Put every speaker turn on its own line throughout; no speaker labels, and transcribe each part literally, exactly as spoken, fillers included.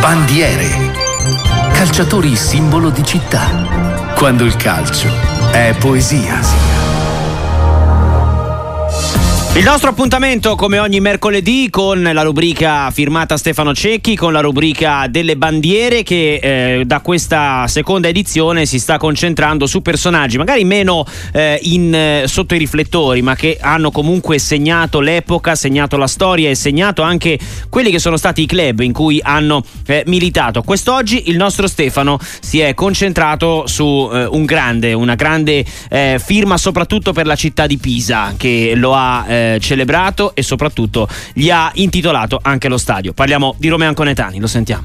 Bandiere. Calciatori simbolo di città. Quando il calcio è poesia.
Il nostro appuntamento come ogni mercoledì con la rubrica firmata Stefano Cecchi, con la rubrica delle bandiere che eh, da questa seconda edizione si sta concentrando su personaggi magari meno eh, in, eh, sotto i riflettori, ma che hanno comunque segnato l'epoca, segnato la storia e segnato anche quelli che sono stati i club in cui hanno eh, militato. Quest'oggi il nostro Stefano si è concentrato su eh, un grande, una grande eh, firma soprattutto per la città di Pisa, che lo ha eh, celebrato e soprattutto gli ha intitolato anche lo stadio. Parliamo di Romeo Anconetani, lo sentiamo.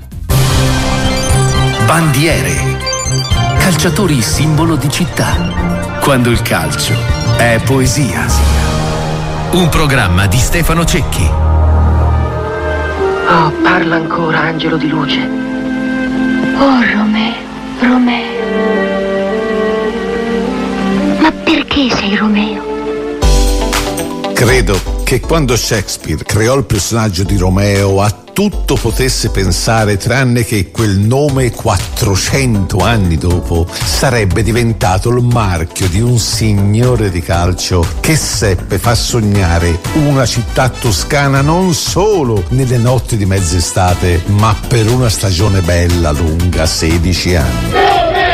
Bandiere. Calciatori simbolo di città. Quando il calcio è poesia. Un programma di Stefano Cecchi.
Oh, parla ancora, angelo di luce.
Oh, Romeo, Romeo. Ma perché sei Romeo?
Credo che quando Shakespeare creò il personaggio di Romeo a tutto potesse pensare tranne che quel nome quattrocento anni dopo sarebbe diventato il marchio di un signore di calcio che seppe far sognare una città toscana non solo nelle notti di mezz'estate, ma per una stagione bella lunga sedici anni.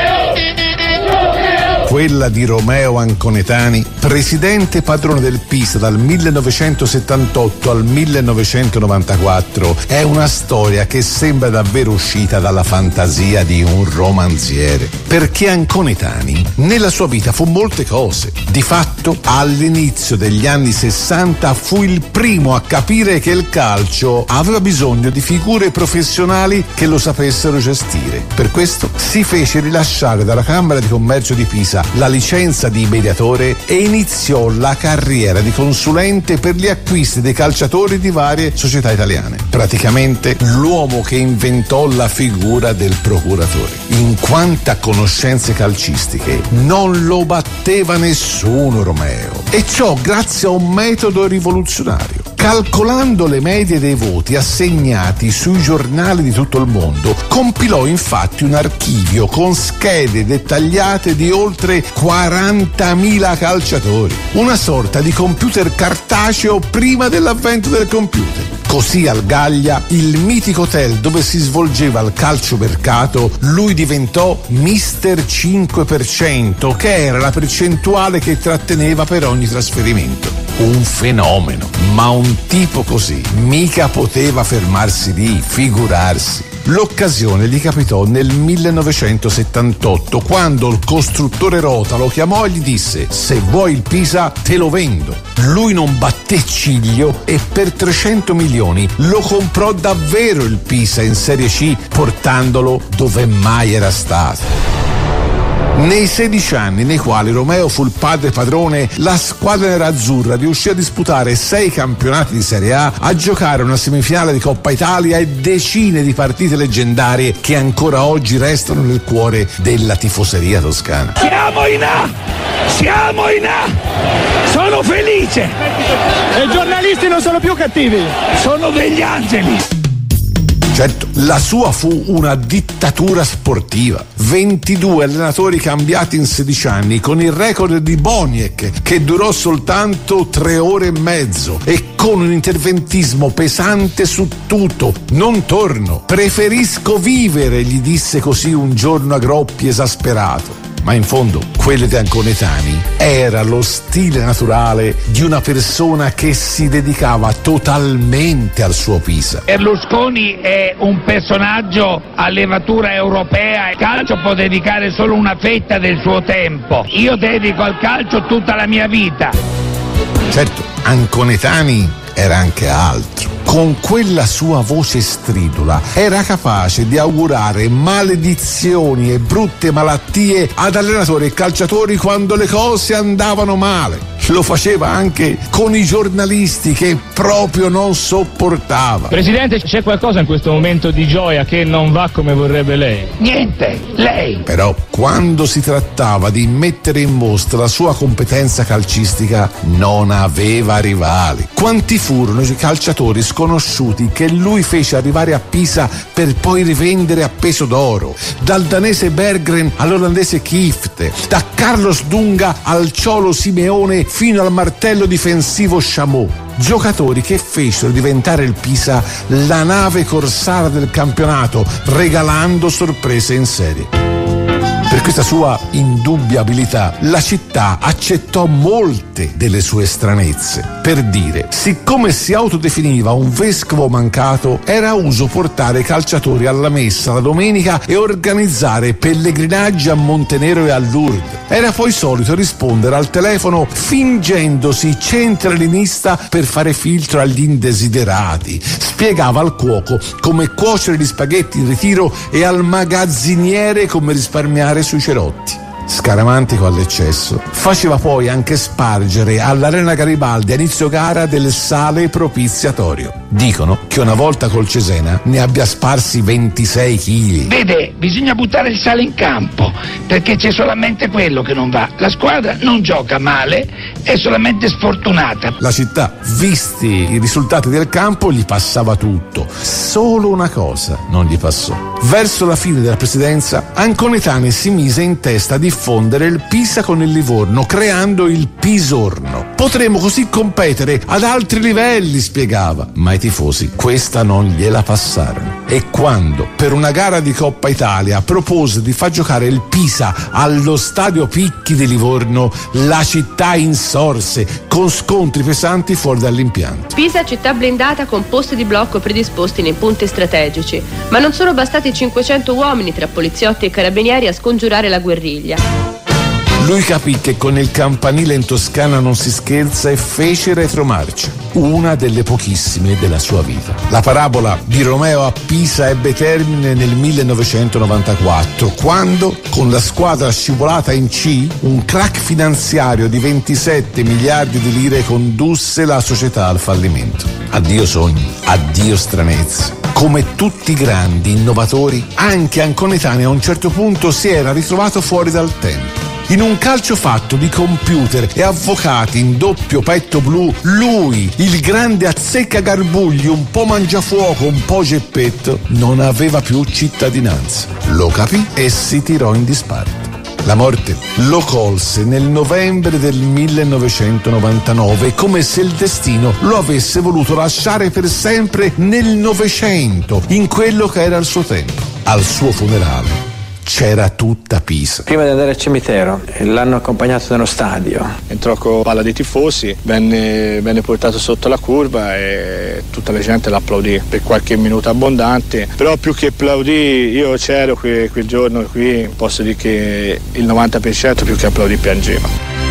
Quella di Romeo Anconetani, presidente padrone del Pisa dal millenovecentosettantotto al millenovecentonovantaquattro, è una storia che sembra davvero uscita dalla fantasia di un romanziere. Perché Anconetani nella sua vita fu molte cose. Di fatto, all'inizio degli anni sessanta fu il primo a capire che il calcio aveva bisogno di figure professionali che lo sapessero gestire. Per questo si fece rilasciare dalla Camera di Commercio di Pisa la licenza di mediatore e iniziò la carriera di consulente per gli acquisti dei calciatori di varie società italiane. Praticamente l'uomo che inventò la figura del procuratore. In quanto a conoscenze calcistiche non lo batteva nessuno Romeo, e ciò grazie a un metodo rivoluzionario. Calcolando le medie dei voti assegnati sui giornali di tutto il mondo, compilò infatti un archivio con schede dettagliate di oltre quarantamila calciatori, una sorta di computer cartaceo prima dell'avvento del computer. Così al Gallia, il mitico hotel dove si svolgeva il calciomercato, lui diventò mister cinque per cento, che era la percentuale che tratteneva per ogni trasferimento. Un fenomeno, ma un tipo così mica poteva fermarsi lì, figurarsi. L'occasione gli capitò nel millenovecentosettantotto, quando il costruttore Rota lo chiamò e gli disse: se vuoi il Pisa te lo vendo. Lui non batté ciglio e per trecento milioni lo comprò davvero il Pisa in Serie C, portandolo dove mai era stato. Nei sedici anni nei quali Romeo fu il padre padrone, la squadra nerazzurra riuscì a disputare sei campionati di Serie A, a giocare una semifinale di Coppa Italia e decine di partite leggendarie che ancora oggi restano nel cuore della tifoseria toscana.
Siamo in A! Siamo in A! Sono felice!
E i giornalisti non sono più cattivi!
Sono degli angeli!
Certo, la sua fu una dittatura sportiva. ventidue allenatori cambiati in sedici anni, con il record di Boniek che durò soltanto tre ore e mezzo, e con un interventismo pesante su tutto. Non torno, preferisco vivere, gli disse così un giorno a Groppi esasperato. Ma in fondo, quello di Anconetani era lo stile naturale di una persona che si dedicava totalmente al suo Pisa.
Berlusconi è un personaggio a levatura europea, il calcio può dedicare solo una fetta del suo tempo. Io dedico al calcio tutta la mia vita.
Certo, Anconetani era anche altro. Con quella sua voce stridula era capace di augurare maledizioni e brutte malattie ad allenatori e calciatori quando le cose andavano male. lo faceva anche con i giornalisti che proprio non sopportava.
Presidente, c'è qualcosa in questo momento di gioia che non va come vorrebbe lei?
Niente, lei.
Però quando si trattava di mettere in mostra la sua competenza calcistica non aveva rivali. Quanti furono i calciatori sconosciuti che lui fece arrivare a Pisa per poi rivendere a peso d'oro? Dal danese Berggren all'olandese Kieft, da Carlos Dunga al Ciolo Simeone fino al martello difensivo Chamot. Giocatori che fecero diventare il Pisa la nave corsara del campionato, regalando sorprese in serie. Per questa sua indubbia abilità, la città accettò molte delle sue stranezze. Per dire, siccome si autodefiniva un vescovo mancato, era uso portare i calciatori alla messa la domenica e organizzare pellegrinaggi a Montenero e a Lourdes. Era poi solito rispondere al telefono fingendosi centralinista per fare filtro agli indesiderati. Spiegava al cuoco come cuocere gli spaghetti in ritiro e al magazziniere come risparmiare sui cerotti. Scaramantico all'eccesso, faceva poi anche spargere all'Arena Garibaldi a inizio gara del sale propiziatorio. Dicono che una volta col Cesena ne abbia sparsi ventisei chili.
Vede, bisogna buttare il sale in campo, perché c'è solamente quello che non va. La squadra non gioca male, è solamente sfortunata.
La città, visti i risultati del campo, gli passava tutto. Solo una cosa non gli passò. Verso la fine della presidenza, Anconetani si mise in testa di diffondere il Pisa con il Livorno, creando il Pisorno. Potremo così competere ad altri livelli, spiegava. Ma i tifosi questa non gliela passarono. E quando, per una gara di Coppa Italia, propose di far giocare il Pisa allo stadio Picchi di Livorno, la città insorse con scontri pesanti fuori dall'impianto.
Pisa, città blindata con posti di blocco predisposti nei punti strategici, ma non sono bastati cinquecento uomini tra poliziotti e carabinieri a scongiurare la guerriglia.
Lui capì che con il campanile in Toscana non si scherza e fece retromarcia, una delle pochissime della sua vita. La parabola di Romeo a Pisa ebbe termine nel millenovecentonovantaquattro, quando, con la squadra scivolata in C, un crack finanziario di ventisette miliardi di lire condusse la società al fallimento. Addio sogni, addio stranezze. Come tutti i grandi innovatori, anche Anconetani a un certo punto si era ritrovato fuori dal tempo. In un calcio fatto di computer e avvocati in doppio petto blu, lui, il grande azzeccagarbugli, un po' mangiafuoco, un po' geppetto, non aveva più cittadinanza. Lo capì e si tirò in disparte. La morte lo colse nel novembre del millenovecentonovantanove, come se il destino lo avesse voluto lasciare per sempre nel Novecento, in quello che era il suo tempo. Al suo funerale c'era tutta Pisa.
Prima di andare al cimitero l'hanno accompagnato da uno stadio.
Entrò con palla dei tifosi, venne, venne portato sotto la curva e tutta la gente l'applaudì per qualche minuto abbondante. Però più che applaudì, io c'ero quel, quel giorno qui, posso dire che il novanta per cento più che applaudì piangeva.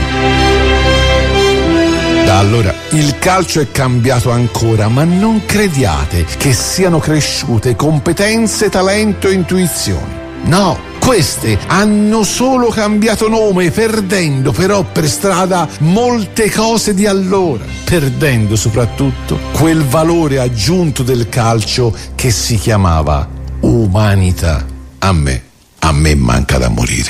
Da allora il calcio è cambiato ancora, ma non crediate che siano cresciute competenze, talento e intuizioni. No, queste hanno solo cambiato nome, perdendo però per strada molte cose di allora, perdendo soprattutto quel valore aggiunto del calcio che si chiamava umanità. A me, a me manca da morire.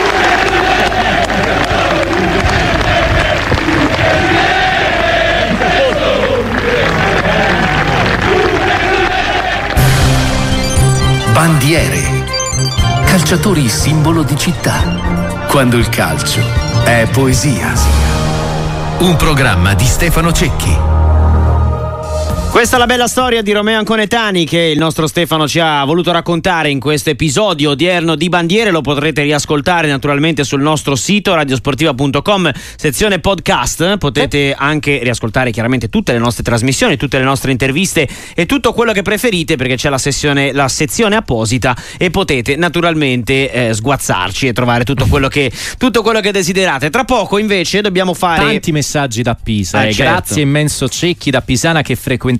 Bandiere. Calciatori simbolo di città. Quando il calcio è poesia. Un programma di Stefano Cecchi.
Questa è la bella storia di Romeo Anconetani che il nostro Stefano ci ha voluto raccontare in questo episodio odierno di Bandiere. Lo potrete riascoltare naturalmente sul nostro sito radiosportiva punto com, sezione podcast. Potete anche riascoltare chiaramente tutte le nostre trasmissioni, tutte le nostre interviste e tutto quello che preferite, perché c'è la, sessione, la sezione apposita e potete naturalmente eh, sguazzarci e trovare tutto quello che tutto quello che desiderate. Tra poco invece dobbiamo fare
tanti messaggi da Pisa.
Eh,
eh,
certo.
Grazie immenso Cecchi da Pisana che frequenta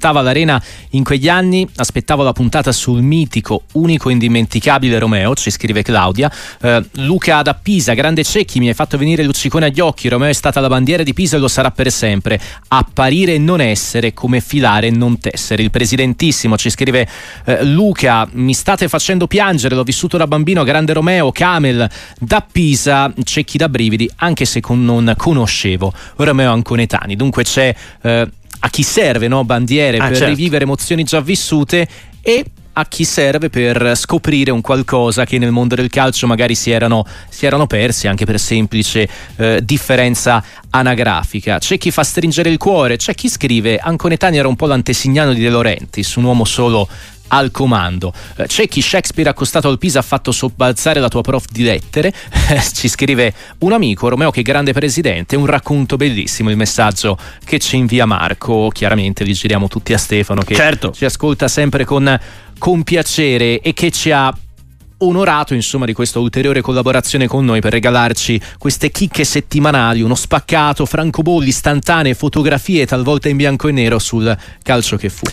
raccontava all'Arena: in quegli anni aspettavo la puntata sul mitico, unico, indimenticabile Romeo, ci scrive Claudia. eh, Luca da Pisa: grande Cecchi, mi hai fatto venire luccicone agli occhi, Romeo è stata la bandiera di Pisa e lo sarà per sempre, apparire e non essere, come filare e non tessere. Il presidentissimo, ci scrive eh, Luca: mi state facendo piangere, l'ho vissuto da bambino, grande Romeo. Camel da Pisa: Cecchi da brividi, anche se con, non conoscevo Romeo Anconetani. Dunque c'è eh, a chi serve, no, bandiere
ah,
per
certo.
rivivere emozioni già vissute, e a chi serve per scoprire un qualcosa che nel mondo del calcio magari si erano, si erano persi, anche per semplice eh, differenza anagrafica. C'è chi fa stringere il cuore, c'è chi scrive: Anconetani era un po' l'antesignano di De Laurentiis, un uomo solo al comando. Eh, c'è chi Shakespeare accostato al Pisa ha fatto sobbalzare la tua prof di lettere. Ci scrive un amico: Romeo che grande presidente, un racconto bellissimo. Il messaggio che ci invia Marco, chiaramente li giriamo tutti a Stefano, che
certo.
ci ascolta sempre con, con piacere e che ci ha onorato, insomma, di questa ulteriore collaborazione con noi per regalarci queste chicche settimanali, uno spaccato, francobolli, istantanee, fotografie talvolta in bianco e nero sul calcio che fu.